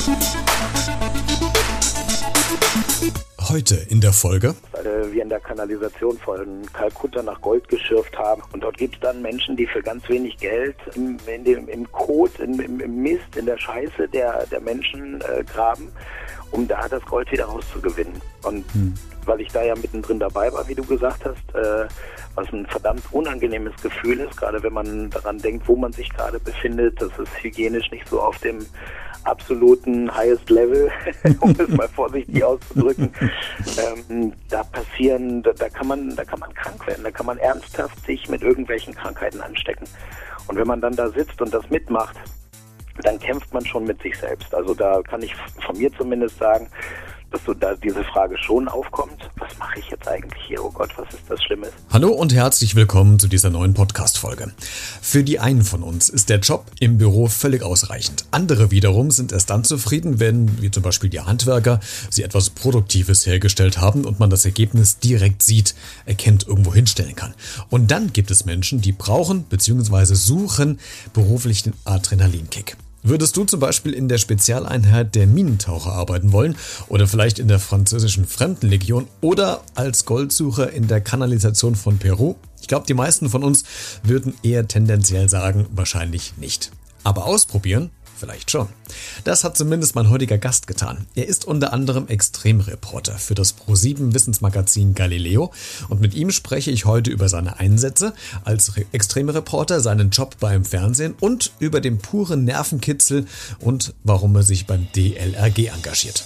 Heute in der Folge. Weil wir in der Kanalisation von Kalkutta nach Gold geschürft haben. Und dort gibt es dann Menschen, die für ganz wenig Geld im Kot, im Mist, in der Scheiße der Menschen graben, um da das Gold wieder rauszugewinnen. Und weil ich da ja mittendrin dabei war, wie du gesagt hast, was ein verdammt unangenehmes Gefühl ist, gerade wenn man daran denkt, wo man sich gerade befindet, das ist hygienisch nicht so auf dem absoluten highest level, um es mal vorsichtig auszudrücken. Da kann man krank werden, da kann man ernsthaft sich mit irgendwelchen Krankheiten anstecken. Und wenn man dann da sitzt und das mitmacht, dann kämpft man schon mit sich selbst. Also da kann ich von mir zumindest sagen, dass so da diese Frage schon aufkommt, was mache ich jetzt eigentlich hier? Oh Gott, was ist das Schlimmes? Hallo und herzlich willkommen zu dieser neuen Podcast-Folge. Für die einen von uns ist der Job im Büro völlig ausreichend. Andere wiederum sind erst dann zufrieden, wenn, wie zum Beispiel die Handwerker, sie etwas Produktives hergestellt haben und man das Ergebnis direkt sieht, erkennt, irgendwo hinstellen kann. Und dann gibt es Menschen, die brauchen bzw. suchen beruflich den Adrenalinkick. Würdest du zum Beispiel in der Spezialeinheit der Minentaucher arbeiten wollen oder vielleicht in der französischen Fremdenlegion oder als Goldsucher in der Kanalisation von Peru? Ich glaube, die meisten von uns würden eher tendenziell sagen, wahrscheinlich nicht. Aber ausprobieren? Vielleicht schon. Das hat zumindest mein heutiger Gast getan. Er ist unter anderem Extremreporter für das Pro7 Wissensmagazin Galileo und mit ihm spreche ich heute über seine Einsätze als Extremreporter, seinen Job beim Fernsehen und über den puren Nervenkitzel und warum er sich beim DLRG engagiert.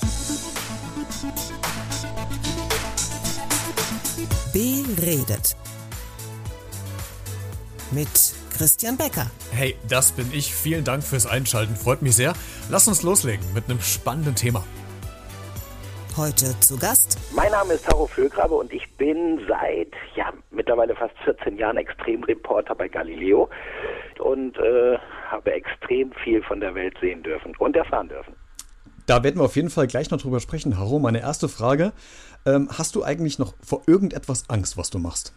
Beredet mit Christian Becker. Hey, das bin ich. Vielen Dank fürs Einschalten. Freut mich sehr. Lass uns loslegen mit einem spannenden Thema. Heute zu Gast. Mein Name ist Taro Füllgrabe und ich bin seit mittlerweile fast 14 Jahren Extremreporter bei Galileo und habe extrem viel von der Welt sehen dürfen und erfahren dürfen. Da werden wir auf jeden Fall gleich noch drüber sprechen. Haro, meine erste Frage. Hast du eigentlich noch vor irgendetwas Angst, was du machst?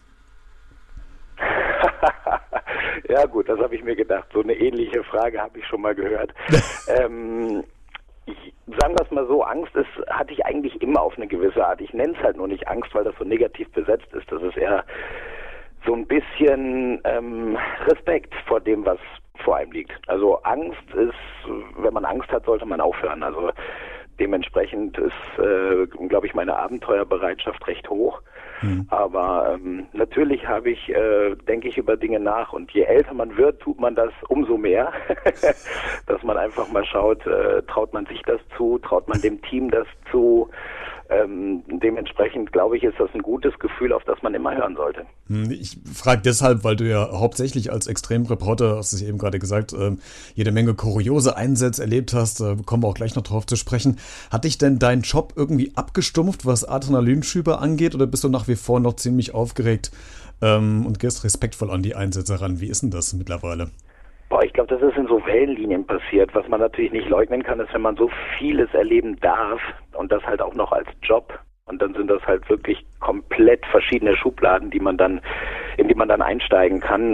Ja gut, das habe ich mir gedacht. So eine ähnliche Frage habe ich schon mal gehört. Sagen wir es mal so, Angst hatte ich eigentlich immer auf eine gewisse Art. Ich nenne es halt nur nicht Angst, weil das so negativ besetzt ist. Das ist eher so ein bisschen Respekt vor dem, was vor einem liegt. Also Angst ist, wenn man Angst hat, sollte man aufhören. Also dementsprechend ist, glaube ich, meine Abenteuerbereitschaft recht hoch. Aber natürlich denke ich über Dinge nach und je älter man wird, tut man das umso mehr, dass man einfach mal schaut, traut man sich das zu, traut man dem Team das zu. Dementsprechend, glaube ich, ist das ein gutes Gefühl, auf das man immer hören sollte. Ich frage deshalb, weil du ja hauptsächlich als Extremreporter, hast du es eben gerade gesagt, jede Menge kuriose Einsätze erlebt hast, kommen wir auch gleich noch drauf zu sprechen. Hat dich denn dein Job irgendwie abgestumpft, was Adrenalinschübe angeht, oder bist du nach wie vor noch ziemlich aufgeregt und gehst respektvoll an die Einsätze ran? Wie ist denn das mittlerweile? Ich glaube, das ist in so Wellenlinien passiert. Was man natürlich nicht leugnen kann, ist, wenn man so vieles erleben darf und das halt auch noch als Job. Und dann sind das halt wirklich komplett verschiedene Schubladen, in die man dann einsteigen kann.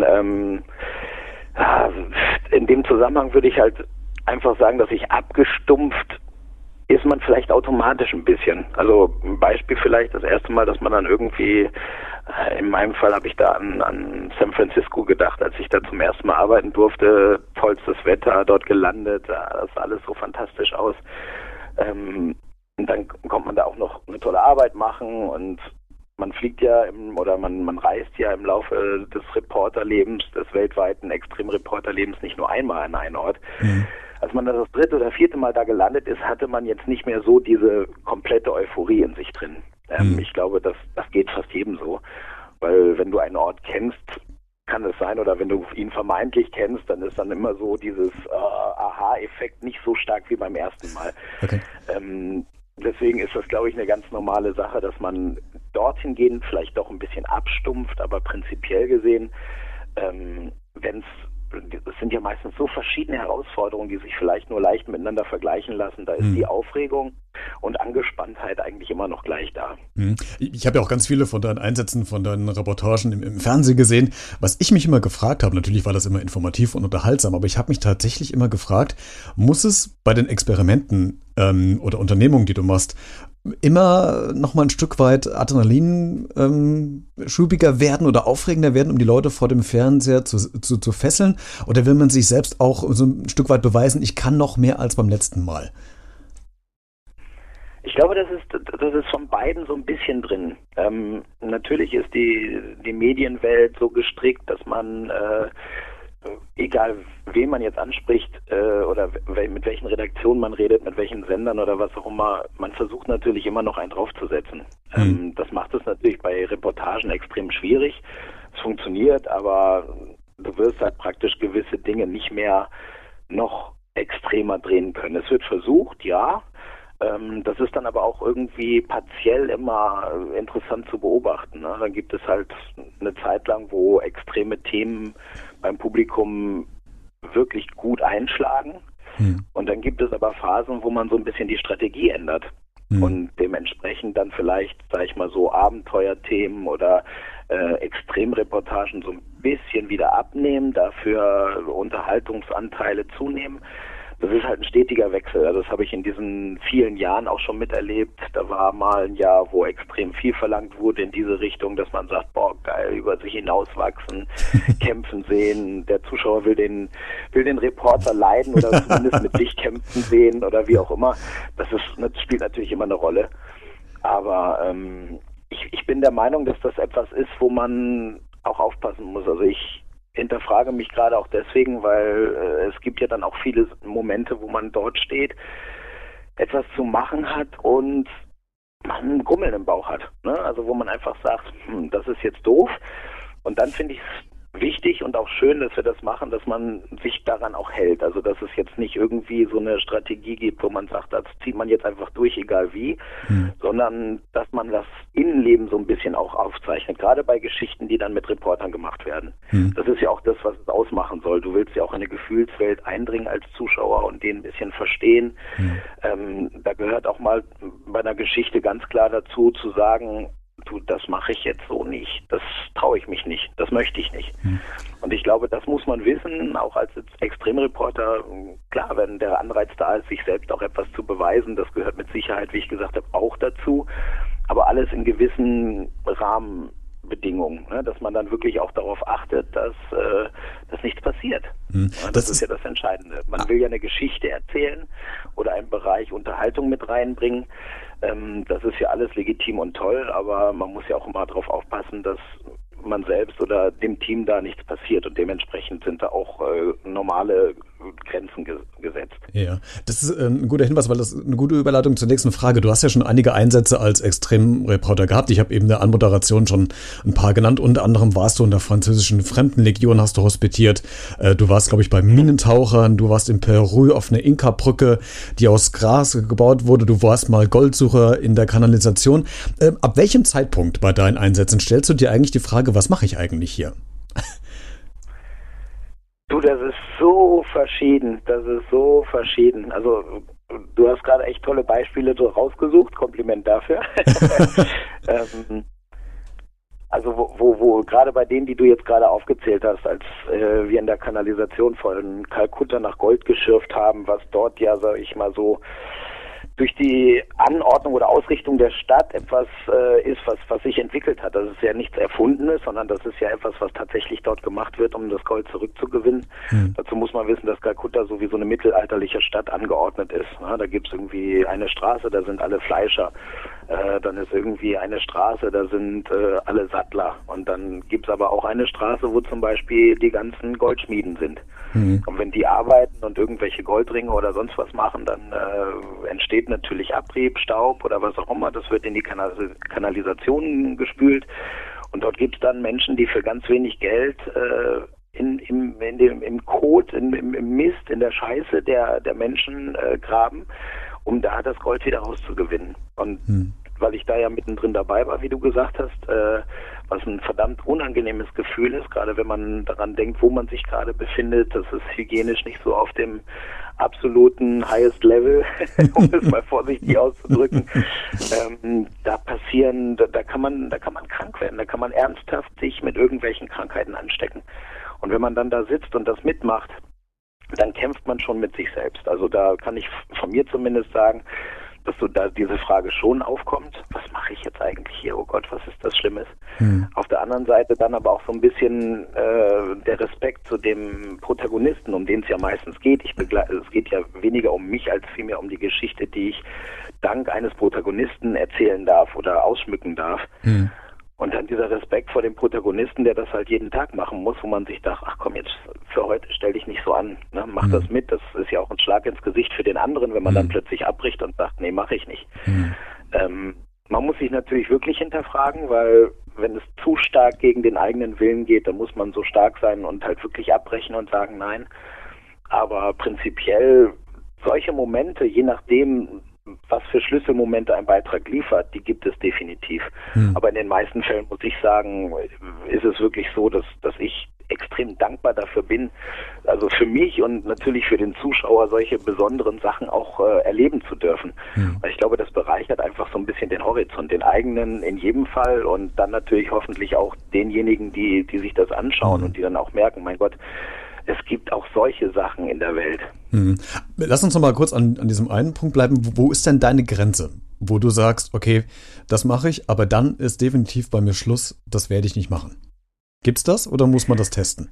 In dem Zusammenhang würde ich halt einfach sagen, dass ich abgestumpft ist man vielleicht automatisch ein bisschen. Also ein Beispiel vielleicht das erste Mal, dass man dann irgendwie, in meinem Fall habe ich da an San Francisco gedacht, als ich da zum ersten Mal arbeiten durfte, tollstes Wetter, dort gelandet, das sah alles so fantastisch aus. Und dann kommt man da auch noch eine tolle Arbeit machen und man fliegt ja man reist ja im Laufe des Reporterlebens, des weltweiten Extremreporterlebens nicht nur einmal an einen Ort. Als man das 3. oder 4. Mal da gelandet ist, hatte man jetzt nicht mehr so diese komplette Euphorie in sich drin. Ich glaube, das geht fast jedem so. Weil wenn du einen Ort kennst, kann es sein, oder wenn du ihn vermeintlich kennst, dann ist dann immer so dieses Aha-Effekt nicht so stark wie beim ersten Mal. Okay. Deswegen ist das, glaube ich, eine ganz normale Sache, dass man dorthin gehend vielleicht doch ein bisschen abstumpft, aber prinzipiell gesehen, es sind ja meistens so verschiedene Herausforderungen, die sich vielleicht nur leicht miteinander vergleichen lassen. Da ist die Aufregung und Angespanntheit eigentlich immer noch gleich da. Ich habe ja auch ganz viele von deinen Einsätzen, von deinen Reportagen im Fernsehen gesehen. Was ich mich immer gefragt habe, natürlich war das immer informativ und unterhaltsam, aber ich habe mich tatsächlich immer gefragt, muss es bei den Experimenten oder Unternehmungen, die du machst, immer noch mal ein Stück weit Adrenalin schubiger werden oder aufregender werden, um die Leute vor dem Fernseher zu fesseln? Oder will man sich selbst auch so ein Stück weit beweisen, ich kann noch mehr als beim letzten Mal? Ich glaube, das ist von beiden so ein bisschen drin. Natürlich ist die Medienwelt so gestrickt, dass man egal wen man jetzt anspricht oder mit welchen Redaktionen man redet, mit welchen Sendern oder was auch immer, man versucht natürlich immer noch einen draufzusetzen. Das macht es natürlich bei Reportagen extrem schwierig. Es funktioniert, aber du wirst halt praktisch gewisse Dinge nicht mehr noch extremer drehen können. Es wird versucht, ja. Das ist dann aber auch irgendwie partiell immer interessant zu beobachten. Ne? Dann gibt es halt eine Zeit lang, wo extreme Themen beim Publikum wirklich gut einschlagen. Und dann gibt es aber Phasen, wo man so ein bisschen die Strategie ändert. Und dementsprechend dann vielleicht, sag ich mal so, Abenteuerthemen oder Extremreportagen so ein bisschen wieder abnehmen, dafür Unterhaltungsanteile zunehmen. Das ist halt ein stetiger Wechsel. Also das habe ich in diesen vielen Jahren auch schon miterlebt. Da war mal ein Jahr, wo extrem viel verlangt wurde in diese Richtung, dass man sagt, boah, geil, über sich hinauswachsen, kämpfen sehen. Der Zuschauer will den Reporter leiden oder zumindest mit sich kämpfen sehen oder wie auch immer. Das spielt natürlich immer eine Rolle. Aber ich bin der Meinung, dass das etwas ist, wo man auch aufpassen muss. Also ich hinterfrage mich gerade auch deswegen, weil es gibt ja dann auch viele Momente, wo man dort steht, etwas zu machen hat und man einen Grummeln im Bauch hat. Ne? Also wo man einfach sagt, das ist jetzt doof. Und dann finde ich es wichtig und auch schön, dass wir das machen, dass man sich daran auch hält. Also dass es jetzt nicht irgendwie so eine Strategie gibt, wo man sagt, das zieht man jetzt einfach durch, egal wie, sondern dass man das Innenleben so ein bisschen auch aufzeichnet, gerade bei Geschichten, die dann mit Reportern gemacht werden. Das ist ja auch das, was es ausmachen soll. Du willst ja auch in eine Gefühlswelt eindringen als Zuschauer und den ein bisschen verstehen. Da gehört auch mal bei einer Geschichte ganz klar dazu, zu sagen, du, das mache ich jetzt so nicht, das traue ich mich nicht, das möchte ich nicht. Und ich glaube, das muss man wissen, auch als Extremreporter. Klar, wenn der Anreiz da ist, sich selbst auch etwas zu beweisen, das gehört mit Sicherheit, wie ich gesagt habe, auch dazu, aber alles in gewissen Rahmenbedingungen, ne? Dass man dann wirklich auch darauf achtet, dass nichts passiert. Ja, das ist ja das Entscheidende. Man will ja eine Geschichte erzählen oder einen Bereich Unterhaltung mit reinbringen. Das ist ja alles legitim und toll, aber man muss ja auch immer darauf aufpassen, dass man selbst oder dem Team da nichts passiert und dementsprechend sind da auch normale Grenzen gesetzt. Ja, das ist ein guter Hinweis, weil das ist eine gute Überleitung zur nächsten Frage. Du hast ja schon einige Einsätze als Extremreporter gehabt. Ich habe eben in der Anmoderation schon ein paar genannt. Unter anderem warst du in der französischen Fremdenlegion, hast du hospitiert. Du warst, glaube ich, bei Minentauchern. Du warst in Peru auf einer Inka-Brücke, die aus Gras gebaut wurde. Du warst mal Goldsucher in der Kanalisation. Ab welchem Zeitpunkt bei deinen Einsätzen stellst du dir eigentlich die Frage, was mache ich eigentlich hier? Du, das ist so verschieden. Also du hast gerade echt tolle Beispiele so rausgesucht. Kompliment dafür. Also wo gerade bei denen, die du jetzt gerade aufgezählt hast, als wir in der Kanalisation von Kalkutta nach Gold geschürft haben, was dort ja, sag ich mal so, durch die Anordnung oder Ausrichtung der Stadt etwas ist, was sich entwickelt hat. Das ist ja nichts Erfundenes, sondern das ist ja etwas, was tatsächlich dort gemacht wird, um das Gold zurückzugewinnen. Dazu muss man wissen, dass Kalkutta so wie so eine mittelalterliche Stadt angeordnet ist. Ja, da gibt es irgendwie eine Straße, da sind alle Fleischer. Dann ist irgendwie eine Straße, da sind alle Sattler. Und dann gibt es aber auch eine Straße, wo zum Beispiel die ganzen Goldschmieden sind. Und wenn die arbeiten und irgendwelche Goldringe oder sonst was machen, dann entsteht natürlich Abrieb, Staub oder was auch immer. Das wird in die Kanalisation gespült. Und dort gibt es dann Menschen, die für ganz wenig Geld im Kot, im Mist, in der Scheiße der Menschen graben, um da das Gold wieder rauszugewinnen. Und weil ich da ja mittendrin dabei war, wie du gesagt hast, was ein verdammt unangenehmes Gefühl ist, gerade wenn man daran denkt, wo man sich gerade befindet, dass es hygienisch nicht so auf dem absoluten Highest Level, um es mal vorsichtig auszudrücken, da kann man krank werden, da kann man ernsthaft sich mit irgendwelchen Krankheiten anstecken. Und wenn man dann da sitzt und das mitmacht, dann kämpft man schon mit sich selbst. Also da kann ich von mir zumindest sagen, dass so da diese Frage schon aufkommt, was mache ich jetzt eigentlich hier, oh Gott, was ist das Schlimmes? Auf der anderen Seite dann aber auch so ein bisschen der Respekt zu dem Protagonisten, um den es ja meistens geht. Es geht ja weniger um mich, als vielmehr um die Geschichte, die ich dank eines Protagonisten erzählen darf oder ausschmücken darf. Und dann dieser Respekt vor dem Protagonisten, der das halt jeden Tag machen muss, wo man sich dachte, ach komm, jetzt für heute stell dich nicht so an, ne? Mach das mit. Das ist ja auch ein Schlag ins Gesicht für den anderen, wenn man dann plötzlich abbricht und sagt, nee, mache ich nicht. Man muss sich natürlich wirklich hinterfragen, weil wenn es zu stark gegen den eigenen Willen geht, dann muss man so stark sein und halt wirklich abbrechen und sagen, nein. Aber prinzipiell solche Momente, je nachdem, was für Schlüsselmomente ein Beitrag liefert, die gibt es definitiv. Aber in den meisten Fällen, muss ich sagen, ist es wirklich so, dass ich extrem dankbar dafür bin, also für mich und natürlich für den Zuschauer solche besonderen Sachen auch erleben zu dürfen. Weil ich glaube, das bereichert einfach so ein bisschen den Horizont, den eigenen in jedem Fall und dann natürlich hoffentlich auch denjenigen, die sich das anschauen und die dann auch merken, mein Gott, es gibt auch solche Sachen in der Welt. Lass uns noch mal kurz an diesem einen Punkt bleiben. Wo ist denn deine Grenze? Wo du sagst, okay, das mache ich, aber dann ist definitiv bei mir Schluss, das werde ich nicht machen. Gibt's das oder muss man das testen?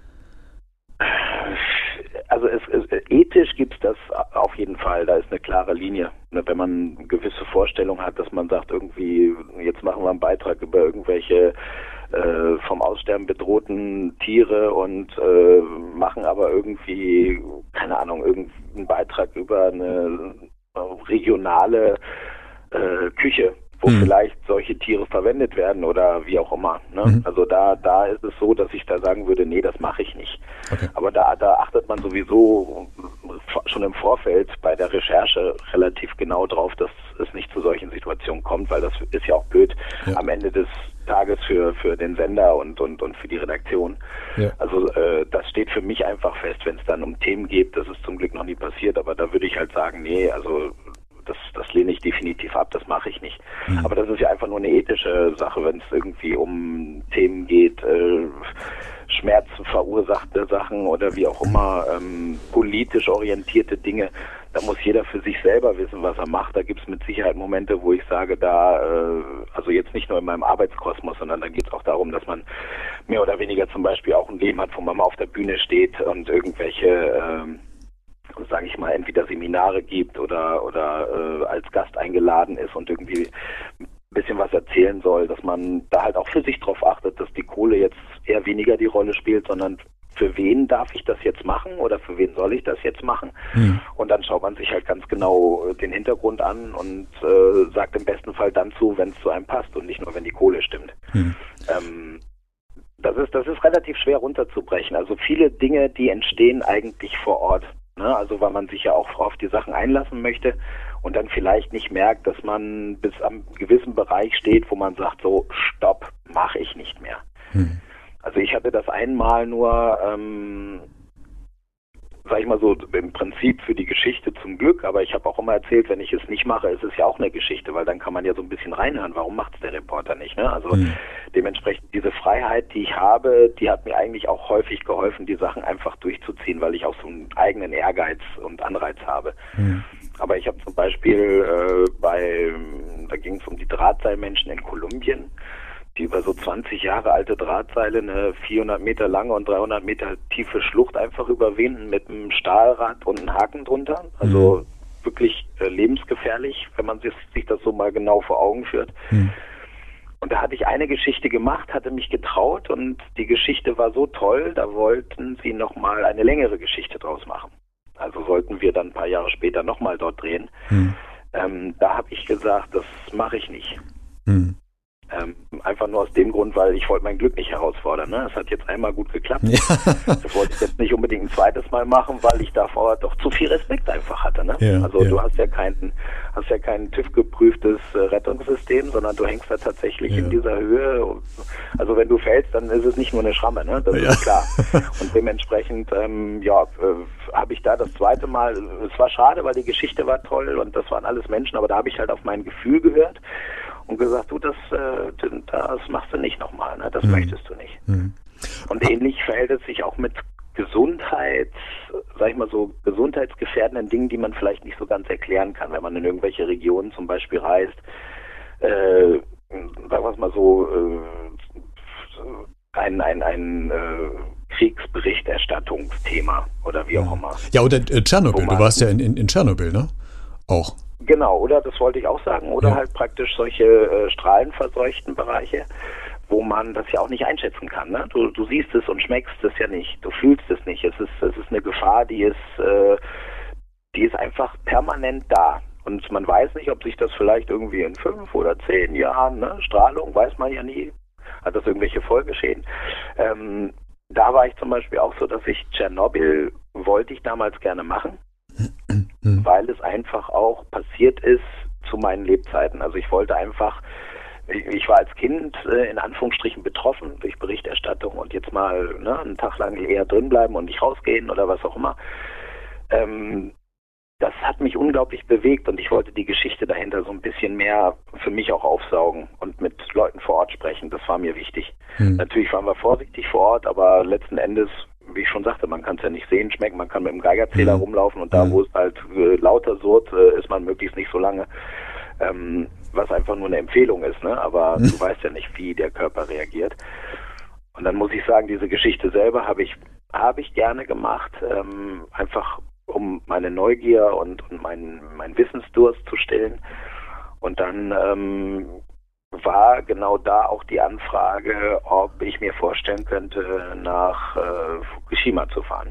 Also ethisch gibt's das auf jeden Fall. Da ist eine klare Linie. Wenn man eine gewisse Vorstellung hat, dass man sagt, irgendwie, jetzt machen wir einen Beitrag über irgendwelche vom Aussterben bedrohten Tiere und machen aber irgendwie, keine Ahnung, irgendeinen Beitrag über eine regionale Küche, wo vielleicht solche Tiere verwendet werden oder wie auch immer. Ne? Also da ist es so, dass ich da sagen würde, nee, das mache ich nicht. Okay. Aber da achtet man sowieso schon im Vorfeld bei der Recherche relativ genau drauf, dass es nicht zu solchen Situationen kommt, weil das ist ja auch blöd am Ende des Tages für den Sender und für die Redaktion. Ja. Also das steht für mich einfach fest, wenn es dann um Themen geht, das ist zum Glück noch nie passiert, aber da würde ich halt sagen, nee, also das lehne ich definitiv ab, das mache ich nicht. Aber das ist ja einfach nur eine ethische Sache, wenn es irgendwie um Themen geht, schmerzverursachte Sachen oder wie auch immer, politisch orientierte Dinge. Da muss jeder für sich selber wissen, was er macht. Da gibt es mit Sicherheit Momente, wo ich sage, also jetzt nicht nur in meinem Arbeitskosmos, sondern da geht es auch darum, dass man mehr oder weniger zum Beispiel auch ein Leben hat, wo man mal auf der Bühne steht und irgendwelche sage ich mal, entweder Seminare gibt oder als Gast eingeladen ist und irgendwie ein bisschen was erzählen soll, dass man da halt auch für sich drauf achtet, dass die Kohle jetzt eher weniger die Rolle spielt, sondern für wen darf ich das jetzt machen oder für wen soll ich das jetzt machen? Und dann schaut man sich halt ganz genau den Hintergrund an und sagt im besten Fall dann zu, wenn es zu einem passt und nicht nur, wenn die Kohle stimmt. Das ist relativ schwer runterzubrechen. Also viele Dinge, die entstehen eigentlich vor Ort. Ne? Also weil man sich ja auch auf die Sachen einlassen möchte und dann vielleicht nicht merkt, dass man bis am gewissen Bereich steht, wo man sagt, so, stopp, mache ich nicht mehr. Also ich hatte das einmal nur, sag ich mal so, im Prinzip für die Geschichte zum Glück, aber ich habe auch immer erzählt, wenn ich es nicht mache, ist es ja auch eine Geschichte, weil dann kann man ja so ein bisschen reinhören, warum macht es der Reporter nicht, ne? Also dementsprechend diese Freiheit, die ich habe, die hat mir eigentlich auch häufig geholfen, die Sachen einfach durchzuziehen, weil ich auch so einen eigenen Ehrgeiz und Anreiz habe. Aber ich habe zum Beispiel da ging es um die Drahtseilmenschen in Kolumbien, die über so 20 Jahre alte Drahtseile eine 400 Meter lange und 300 Meter tiefe Schlucht einfach überwinden mit einem Stahlrad und einem Haken drunter. Also wirklich lebensgefährlich, wenn man sich das so mal genau vor Augen führt. Und da hatte ich eine Geschichte gemacht, hatte mich getraut und die Geschichte war so toll, da wollten sie nochmal eine längere Geschichte draus machen. Also sollten wir dann ein paar Jahre später nochmal dort drehen. Da habe ich gesagt, das mache ich nicht. Einfach nur aus dem Grund, weil ich wollte mein Glück nicht herausfordern. Ne? Es hat jetzt einmal gut geklappt. Ja. Das wollte ich jetzt nicht unbedingt ein zweites Mal machen, weil ich davor doch zu viel Respekt einfach hatte. Ne? Ja, also ja. du hast ja kein TÜV-geprüftes Rettungssystem, sondern du hängst da tatsächlich in dieser Höhe. Also wenn du fällst, dann ist es nicht nur eine Schramme, ne? Das ist klar. Und dementsprechend, habe ich da das zweite Mal, es war schade, weil die Geschichte war toll und das waren alles Menschen, aber da habe ich halt auf mein Gefühl gehört und gesagt, du, das machst du nicht nochmal, ne? Das möchtest du nicht. Und ähnlich verhält es sich auch mit gesundheitsgefährdenden Dingen, die man vielleicht nicht so ganz erklären kann, wenn man in irgendwelche Regionen zum Beispiel reist, sagen wir es mal so, ein Kriegsberichterstattungsthema oder wie auch immer. Ja, oder Tschernobyl, du warst ja in Tschernobyl, ne? Auch. Genau, oder das wollte ich auch sagen, oder halt praktisch solche strahlenverseuchten Bereiche, wo man das ja auch nicht einschätzen kann. Ne? Du siehst es und schmeckst es ja nicht, du fühlst es nicht. Es ist eine Gefahr, die ist einfach permanent da. Und man weiß nicht, ob sich das vielleicht irgendwie in 5 oder 10 Jahren, ne, Strahlung, weiß man ja nie, hat das irgendwelche Folgeschäden. Da war ich zum Beispiel auch so, dass ich Tschernobyl wollte ich damals gerne machen, weil es einfach auch passiert ist zu meinen Lebzeiten. Also ich wollte einfach, ich war als Kind in Anführungsstrichen betroffen durch Berichterstattung und jetzt mal einen Tag lang eher drin bleiben und nicht rausgehen oder was auch immer. Das hat mich unglaublich bewegt und ich wollte die Geschichte dahinter so ein bisschen mehr für mich auch aufsaugen und mit Leuten vor Ort sprechen. Das war mir wichtig. Natürlich waren wir vorsichtig vor Ort, aber letzten Endes, wie ich schon sagte, man kann es ja nicht sehen, schmecken, man kann mit dem Geigerzähler rumlaufen und da, wo es halt lauter surrt, ist man möglichst nicht so lange. Was einfach nur eine Empfehlung ist, ne? Aber du weißt ja nicht, wie der Körper reagiert. Und dann muss ich sagen, diese Geschichte selber habe ich gerne gemacht, einfach um meine Neugier und mein Wissensdurst zu stillen. Und dann war genau da auch die Anfrage, ob ich mir vorstellen könnte, nach Fukushima zu fahren.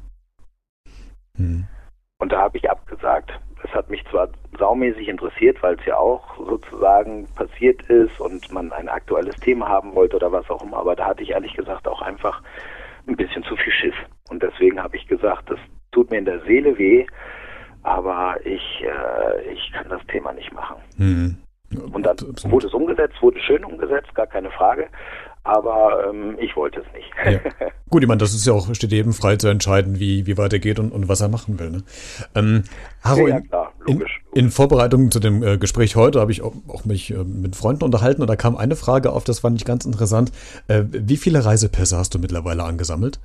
Und da habe ich abgesagt. Es hat mich zwar saumäßig interessiert, weil es ja auch sozusagen passiert ist und man ein aktuelles Thema haben wollte oder was auch immer, aber da hatte ich ehrlich gesagt auch einfach ein bisschen zu viel Schiss. Und deswegen habe ich gesagt, das tut mir in der Seele weh, aber ich kann das Thema nicht machen. Und dann wurde es umgesetzt, wurde schön umgesetzt, gar keine Frage. Aber ich wollte es nicht. Ja. Gut, ich meine, das ist ja auch, steht jedem frei zu entscheiden, wie weitergeht und was er machen will. Ne? Harro, ja, klar, logisch. In Vorbereitung zu dem Gespräch heute habe ich auch mich mit Freunden unterhalten und da kam eine Frage auf, das fand ich ganz interessant. Wie viele Reisepässe hast du mittlerweile angesammelt?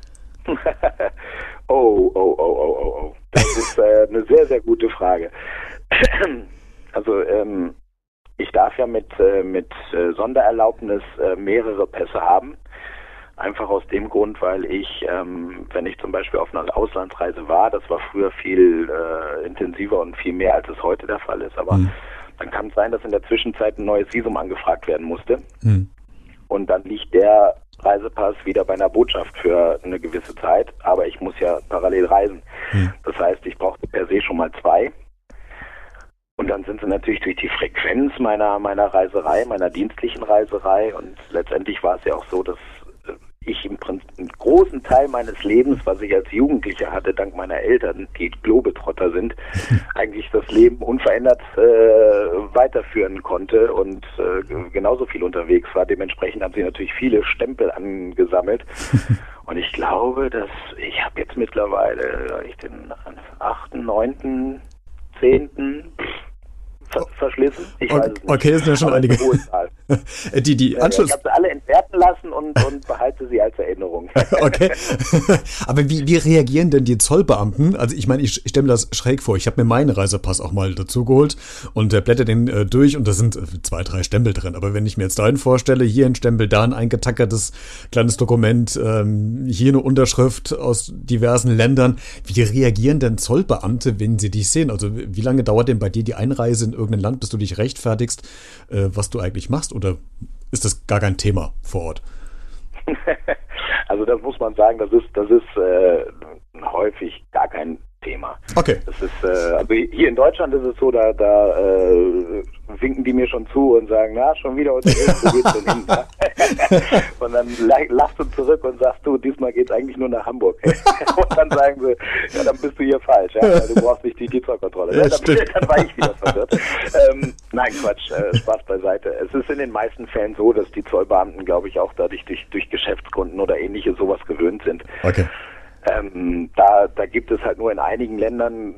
Oh. Das ist eine sehr, sehr gute Frage. Also, ich darf ja mit Sondererlaubnis mehrere Pässe haben. Einfach aus dem Grund, weil ich, wenn ich zum Beispiel auf einer Auslandsreise war, das war früher viel intensiver und viel mehr, als es heute der Fall ist. Aber dann kann es sein, dass in der Zwischenzeit ein neues Visum angefragt werden musste. Und dann liegt der Reisepass wieder bei einer Botschaft für eine gewisse Zeit. Aber ich muss ja parallel reisen. Das heißt, ich brauchte per se schon mal 2. Und dann sind sie natürlich durch die Frequenz meiner Reiserei, meiner dienstlichen Reiserei und letztendlich war es ja auch so, dass ich im Prinzip einen großen Teil meines Lebens, was ich als Jugendlicher hatte, dank meiner Eltern, die Globetrotter sind, eigentlich das Leben unverändert weiterführen konnte und genauso viel unterwegs war. Dementsprechend haben sie natürlich viele Stempel angesammelt. Und ich glaube, dass ich habe jetzt mittlerweile den 8., 9., 10. verschlissen. Ich weiß es nicht. Okay, das sind ja schon aber einige. Die Anschluss. Ich habe sie alle entwerten lassen und behalte sie als Erinnerung. Okay. Aber wie reagieren denn die Zollbeamten? Also ich meine, ich stelle mir das schräg vor. Ich habe mir meinen Reisepass auch mal dazu geholt und blätter den durch und da sind 2, 3 Stempel drin. Aber wenn ich mir jetzt deinen vorstelle, hier ein Stempel, da ein eingetackertes kleines Dokument, hier eine Unterschrift aus diversen Ländern. Wie reagieren denn Zollbeamte, wenn sie dich sehen? Also wie lange dauert denn bei dir die Einreise in irgendein Land, bis du dich rechtfertigst, was du eigentlich machst? Oder ist das gar kein Thema vor Ort? Also das muss man sagen, das ist häufig gar kein Thema. Okay. Das ist also hier in Deutschland ist es so, da winken die mir schon zu und sagen, na, schon wieder unterwegs, wo geht's denn hin? Ne? Und dann lachst du zurück und sagst, du, diesmal geht's eigentlich nur nach Hamburg. Und dann sagen sie, ja, dann bist du hier falsch, ja? Du brauchst nicht die Zollkontrolle. Ja, dann war ich wieder verwirrt. Nein, Quatsch, Spaß beiseite. Es ist in den meisten Fällen so, dass die Zollbeamten, glaube ich, auch dadurch durch Geschäftskunden oder ähnliche sowas gewöhnt sind. Okay. Da gibt es halt nur in einigen Ländern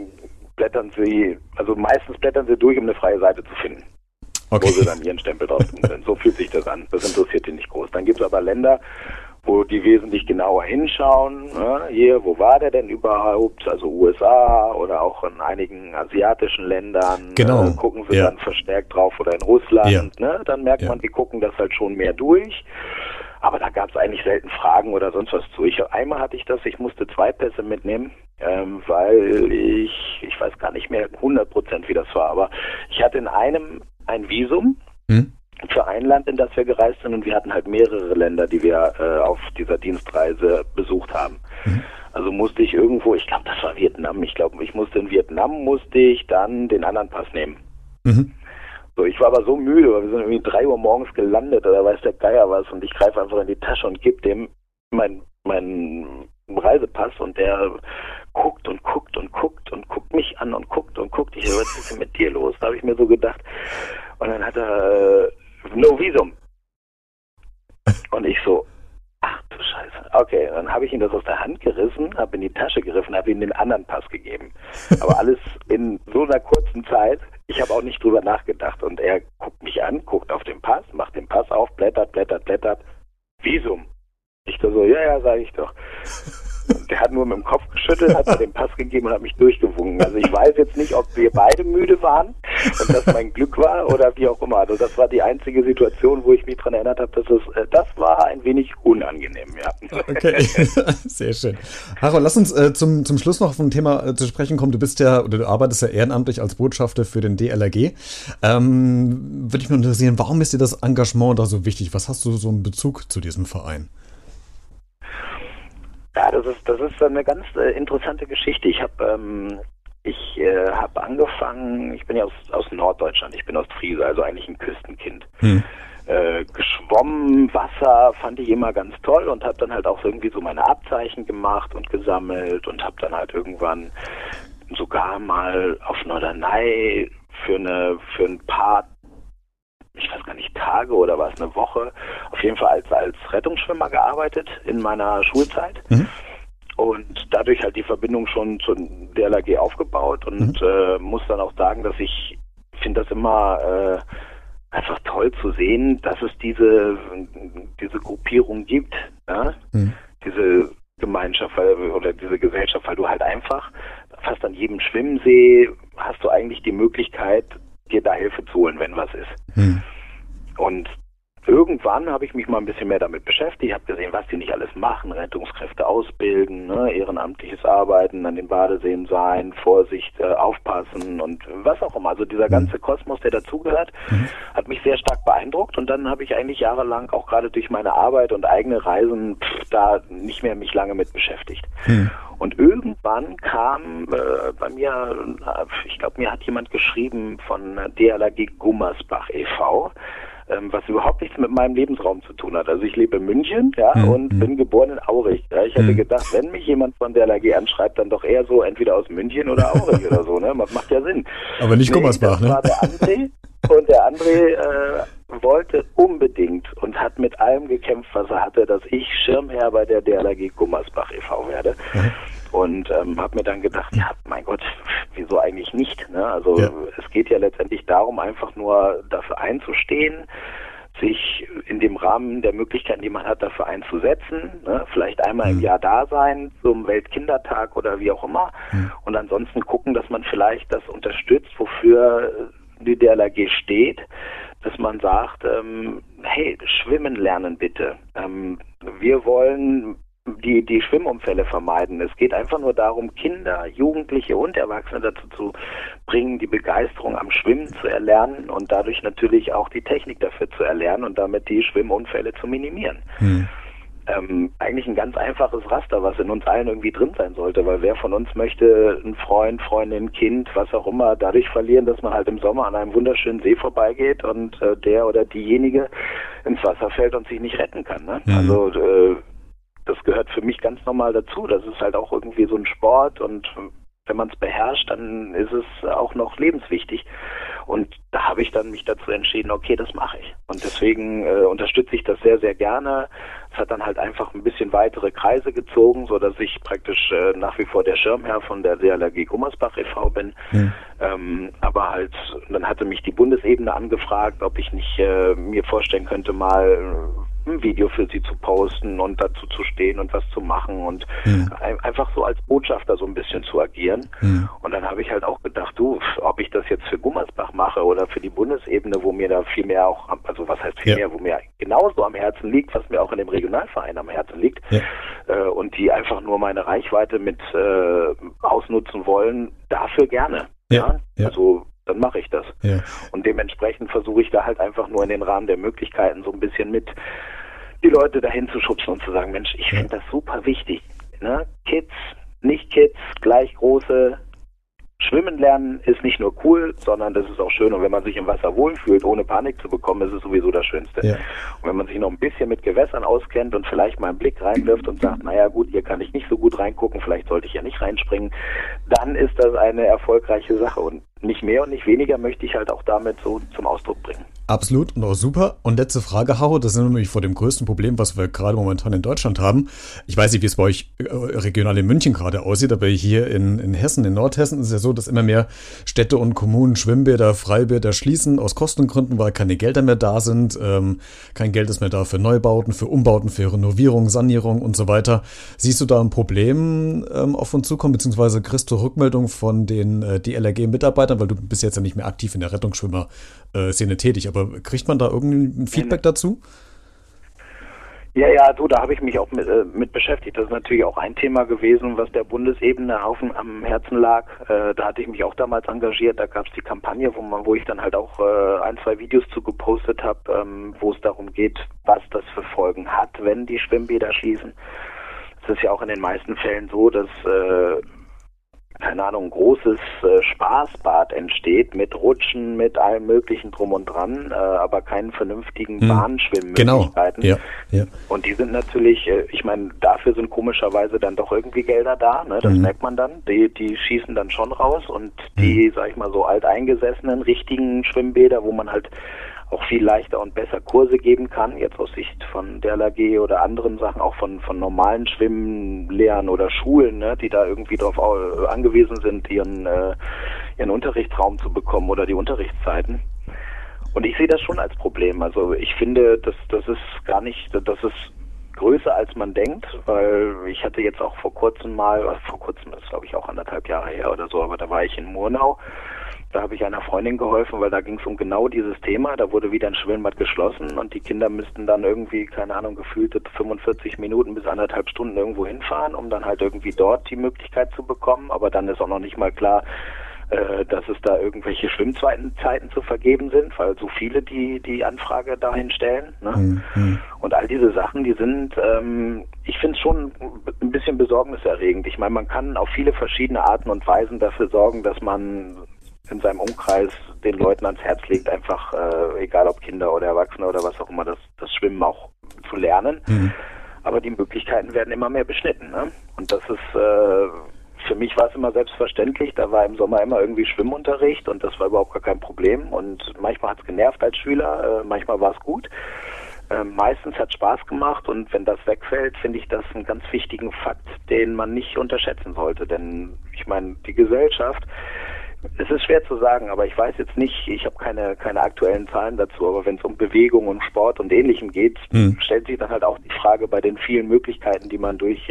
meistens blättern sie durch, um eine freie Seite zu finden. Okay. Wo sie dann ihren Stempel drauf tun. So fühlt sich das an. Das interessiert die nicht groß. Dann gibt es aber Länder, wo die wesentlich genauer hinschauen. Ne? Hier, wo war der denn überhaupt? Also USA oder auch in einigen asiatischen Ländern. Genau. Gucken sie dann verstärkt drauf oder in Russland. Ne? Dann merkt man, die gucken das halt schon mehr durch. Aber da gab es eigentlich selten Fragen oder sonst was zu. Einmal hatte ich das, ich musste 2 Pässe mitnehmen, weil ich weiß gar nicht mehr 100%, wie das war, aber ich hatte in einem ein Visum für ein Land, in das wir gereist sind, und wir hatten halt mehrere Länder, die wir auf dieser Dienstreise besucht haben. Also musste ich irgendwo, ich glaube, das war Vietnam, in Vietnam dann den anderen Pass nehmen. So, ich war aber so müde, weil wir sind irgendwie 3 Uhr morgens gelandet, oder weiß der Geier was, und ich greife einfach in die Tasche und gebe dem meinen Reisepass, und der guckt und guckt und guckt und guckt mich an und guckt und guckt. Ich so, was ist denn mit dir los? Da habe ich mir so gedacht. Und dann hat er no Visum. Und ich so, ach du Scheiße. Okay, dann habe ich ihm das aus der Hand gerissen, habe in die Tasche gegriffen, habe ihm den anderen Pass gegeben. Aber alles in so einer kurzen Zeit. Ich habe auch nicht drüber nachgedacht, und er guckt mich an, guckt auf den Pass, macht den Pass auf, blättert. Visum. Ich so, ja, sage ich doch. Und der hat nur mit dem Kopf geschüttelt, hat mir den Pass gegeben und hat mich durchgewunken. Also ich weiß jetzt nicht, ob wir beide müde waren und das mein Glück war oder wie auch immer. Also das war die einzige Situation, wo ich mich daran erinnert habe, dass das war ein wenig unangenehm, ja. Okay, sehr schön. Harold, lass uns zum Schluss noch auf ein Thema zu sprechen kommen. Du arbeitest ja ehrenamtlich als Botschafter für den DLRG. Würde mich nur interessieren, warum ist dir das Engagement da so wichtig? Was hast du so einen Bezug zu diesem Verein? Ja, das ist eine ganz interessante Geschichte. Ich habe angefangen, ich bin ja aus Norddeutschland, ich bin Ostfriese, also eigentlich ein Küstenkind. Geschwommen, Wasser fand ich immer ganz toll und habe dann halt auch irgendwie so meine Abzeichen gemacht und gesammelt und habe dann halt irgendwann sogar mal auf Norderney für ein paar, ich weiß gar nicht, Tage oder war es eine Woche, auf jeden Fall als Rettungsschwimmer gearbeitet in meiner Schulzeit und dadurch halt die Verbindung schon zur DLRG aufgebaut und muss dann auch sagen, dass ich finde das immer einfach toll zu sehen, dass es diese Gruppierung gibt, ja? Diese Gemeinschaft oder diese Gesellschaft, weil du halt einfach fast an jedem Schwimmsee hast du eigentlich die Möglichkeit, dir da Hilfe zu holen, wenn was ist. Und irgendwann habe ich mich mal ein bisschen mehr damit beschäftigt, habe gesehen, was die nicht alles machen, Rettungskräfte ausbilden, ne, ehrenamtliches Arbeiten, an den Badeseen sein, Vorsicht, aufpassen und was auch immer. Also dieser ganze Kosmos, der dazugehört, hat mich sehr stark beeindruckt, und dann habe ich eigentlich jahrelang auch gerade durch meine Arbeit und eigene Reisen da nicht mehr mich lange mit beschäftigt. Und irgendwann kam bei mir, ich glaube, mir hat jemand geschrieben von DLRG Gummersbach e.V., was überhaupt nichts mit meinem Lebensraum zu tun hat. Also ich lebe in München, ja, und bin geboren in Aurich. Ja. Ich hätte gedacht, wenn mich jemand von der LAG anschreibt, dann doch eher so entweder aus München oder Aurich oder so, ne? Macht ja Sinn. Aber nicht Gummersbach, ne? Das war der André, und der André wollte unbedingt und hat mit allem gekämpft, was er hatte, dass ich Schirmherr bei der DLRG Gummersbach e.V. werde. Und habe mir dann gedacht, ja, mein Gott, wieso eigentlich nicht? Ne? Also es geht ja letztendlich darum, einfach nur dafür einzustehen, sich in dem Rahmen der Möglichkeiten, die man hat, dafür einzusetzen, ne? Vielleicht einmal im Jahr da sein, zum Weltkindertag oder wie auch immer, und ansonsten gucken, dass man vielleicht das unterstützt, wofür die DLRG steht, dass man sagt, hey, schwimmen lernen bitte. Wir wollen die Schwimmunfälle vermeiden. Es geht einfach nur darum, Kinder, Jugendliche und Erwachsene dazu zu bringen, die Begeisterung am Schwimmen zu erlernen und dadurch natürlich auch die Technik dafür zu erlernen und damit die Schwimmunfälle zu minimieren. eigentlich ein ganz einfaches Raster, was in uns allen irgendwie drin sein sollte, weil wer von uns möchte einen Freund, Freundin, Kind, was auch immer, dadurch verlieren, dass man halt im Sommer an einem wunderschönen See vorbeigeht und der oder diejenige ins Wasser fällt und sich nicht retten kann. Ne? Also das gehört für mich ganz normal dazu. Das ist halt auch irgendwie so ein Sport und wenn man es beherrscht, dann ist es auch noch lebenswichtig. Und da habe ich dann mich dazu entschieden, okay, das mache ich. Und deswegen unterstütze ich das sehr, sehr gerne. Es hat dann halt einfach ein bisschen weitere Kreise gezogen, so dass ich praktisch nach wie vor der Schirmherr von der DLRG Gummersbach e.V. bin. Aber halt, dann hatte mich die Bundesebene angefragt, ob ich nicht mir vorstellen könnte, mal ein Video für sie zu posten und dazu zu stehen und was zu machen und einfach so als Botschafter so ein bisschen zu agieren. Und dann habe ich halt auch gedacht, ob ich das jetzt für Gummersbach mache oder für die Bundesebene, wo mir da viel mehr auch, also was heißt viel mehr, wo mir genauso am Herzen liegt, was mir auch in dem Regionalverein am Herzen liegt, und die einfach nur meine Reichweite mit ausnutzen wollen, dafür gerne. Also dann mache ich das. Und dementsprechend versuche ich da halt einfach nur in den Rahmen der Möglichkeiten so ein bisschen mit die Leute dahin zu schubsen und zu sagen, Mensch, ich finde das super wichtig. Ne? Kids, nicht Kids, gleich große. Schwimmen lernen ist nicht nur cool, sondern das ist auch schön. Und wenn man sich im Wasser wohlfühlt, ohne Panik zu bekommen, ist es sowieso das Schönste. Und wenn man sich noch ein bisschen mit Gewässern auskennt und vielleicht mal einen Blick reinwirft und sagt, naja gut, hier kann ich nicht so gut reingucken, vielleicht sollte ich ja nicht reinspringen, dann ist das eine erfolgreiche Sache. Und nicht mehr und nicht weniger möchte ich halt auch damit so zum Ausdruck bringen. Absolut und auch super. Und letzte Frage, Haro, das ist nämlich vor dem größten Problem, was wir gerade momentan in Deutschland haben. Ich weiß nicht, wie es bei euch regional in München gerade aussieht, aber hier in Hessen, in Nordhessen ist es ja so, dass immer mehr Städte und Kommunen Schwimmbäder, Freibäder schließen aus Kostengründen, weil keine Gelder mehr da sind. Kein Geld ist mehr da für Neubauten, für Umbauten, für Renovierung, Sanierung und so weiter. Siehst du da ein Problem auf uns zukommen, beziehungsweise kriegst du Rückmeldung von den DLRG-Mitarbeitern, weil du bist jetzt ja nicht mehr aktiv in der Rettungsschwimmer-Szene tätig, aber kriegt man da irgendein Feedback dazu? Ja, da habe ich mich auch mit beschäftigt. Das ist natürlich auch ein Thema gewesen, was der Bundesebene am Herzen lag. Da hatte ich mich auch damals engagiert. Da gab es die Kampagne, wo ich dann halt auch 1-2 Videos zu gepostet habe, wo es darum geht, was das für Folgen hat, wenn die Schwimmbäder schließen. Es ist ja auch in den meisten Fällen so, dass keine Ahnung, ein großes Spaßbad entsteht mit Rutschen, mit allem möglichen drum und dran, aber keinen vernünftigen Bahnschwimmmöglichkeiten. Genau. Und die sind natürlich, ich meine, dafür sind komischerweise dann doch irgendwie Gelder da, ne? Das merkt man dann. Die schießen dann schon raus und die, sag ich mal, so alteingesessenen, richtigen Schwimmbäder, wo man halt auch viel leichter und besser Kurse geben kann, jetzt aus Sicht von der LAG oder anderen Sachen, auch von normalen Schwimmlehrern oder Schulen, ne, die da irgendwie darauf angewiesen sind, ihren Unterrichtsraum zu bekommen oder die Unterrichtszeiten. Und ich sehe das schon als Problem. Also ich finde, das ist größer als man denkt, weil ich hatte jetzt auch vor kurzem, das ist glaube ich auch 1,5 Jahre her oder so, aber da war ich in Murnau. Da habe ich einer Freundin geholfen, weil da ging es um genau dieses Thema. Da wurde wieder ein Schwimmbad geschlossen und die Kinder müssten dann irgendwie, keine Ahnung, gefühlte 45 Minuten bis 1,5 Stunden irgendwo hinfahren, um dann halt irgendwie dort die Möglichkeit zu bekommen. Aber dann ist auch noch nicht mal klar, dass es da irgendwelche Schwimmzeiten zu vergeben sind, weil so viele die Anfrage dahin stellen. Ne? Und all diese Sachen, die sind, ich finde es schon ein bisschen besorgniserregend. Ich meine, man kann auf viele verschiedene Arten und Weisen dafür sorgen, dass man in seinem Umkreis den Leuten ans Herz legt, einfach, egal ob Kinder oder Erwachsene oder was auch immer, das Schwimmen auch zu lernen. Aber die Möglichkeiten werden immer mehr beschnitten. Ne? Und das ist, für mich war es immer selbstverständlich, da war im Sommer immer irgendwie Schwimmunterricht und das war überhaupt gar kein Problem. Und manchmal hat es genervt als Schüler, manchmal war es gut. Meistens hat es Spaß gemacht und wenn das wegfällt, finde ich das einen ganz wichtigen Fakt, den man nicht unterschätzen sollte. Denn ich meine, die Gesellschaft, es ist schwer zu sagen, aber ich weiß jetzt nicht, ich habe keine aktuellen Zahlen dazu, aber wenn es um Bewegung und Sport und Ähnlichem geht, stellt sich dann halt auch die Frage bei den vielen Möglichkeiten, die man durch,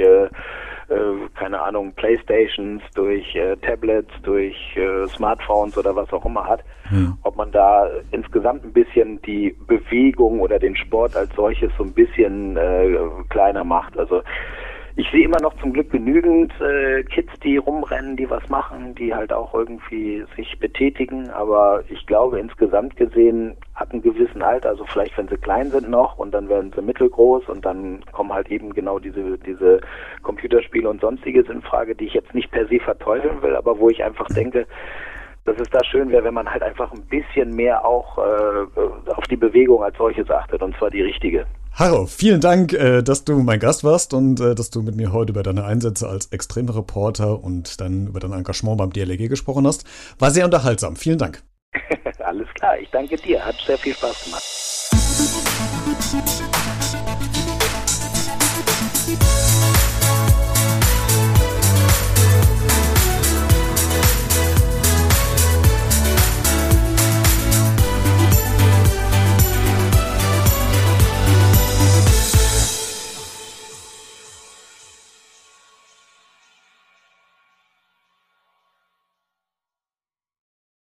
keine Ahnung, Playstations, durch Tablets, durch Smartphones oder was auch immer hat, ob man da insgesamt ein bisschen die Bewegung oder den Sport als solches so ein bisschen kleiner macht. Also ich sehe immer noch zum Glück genügend Kids, die rumrennen, die was machen, die halt auch irgendwie sich betätigen, aber ich glaube insgesamt gesehen ab einem gewissen Alter, also vielleicht wenn sie klein sind noch und dann werden sie mittelgroß und dann kommen halt eben genau diese Computerspiele und Sonstiges in Frage, die ich jetzt nicht per se verteufeln will, aber wo ich einfach denke, dass es da schön wäre, wenn man halt einfach ein bisschen mehr auch auf die Bewegung als solches achtet, und zwar die richtige. Harro, vielen Dank, dass du mein Gast warst und dass du mit mir heute über deine Einsätze als Extremreporter und dann über dein Engagement beim DLRG gesprochen hast. War sehr unterhaltsam. Vielen Dank. Alles klar, ich danke dir. Hat sehr viel Spaß gemacht.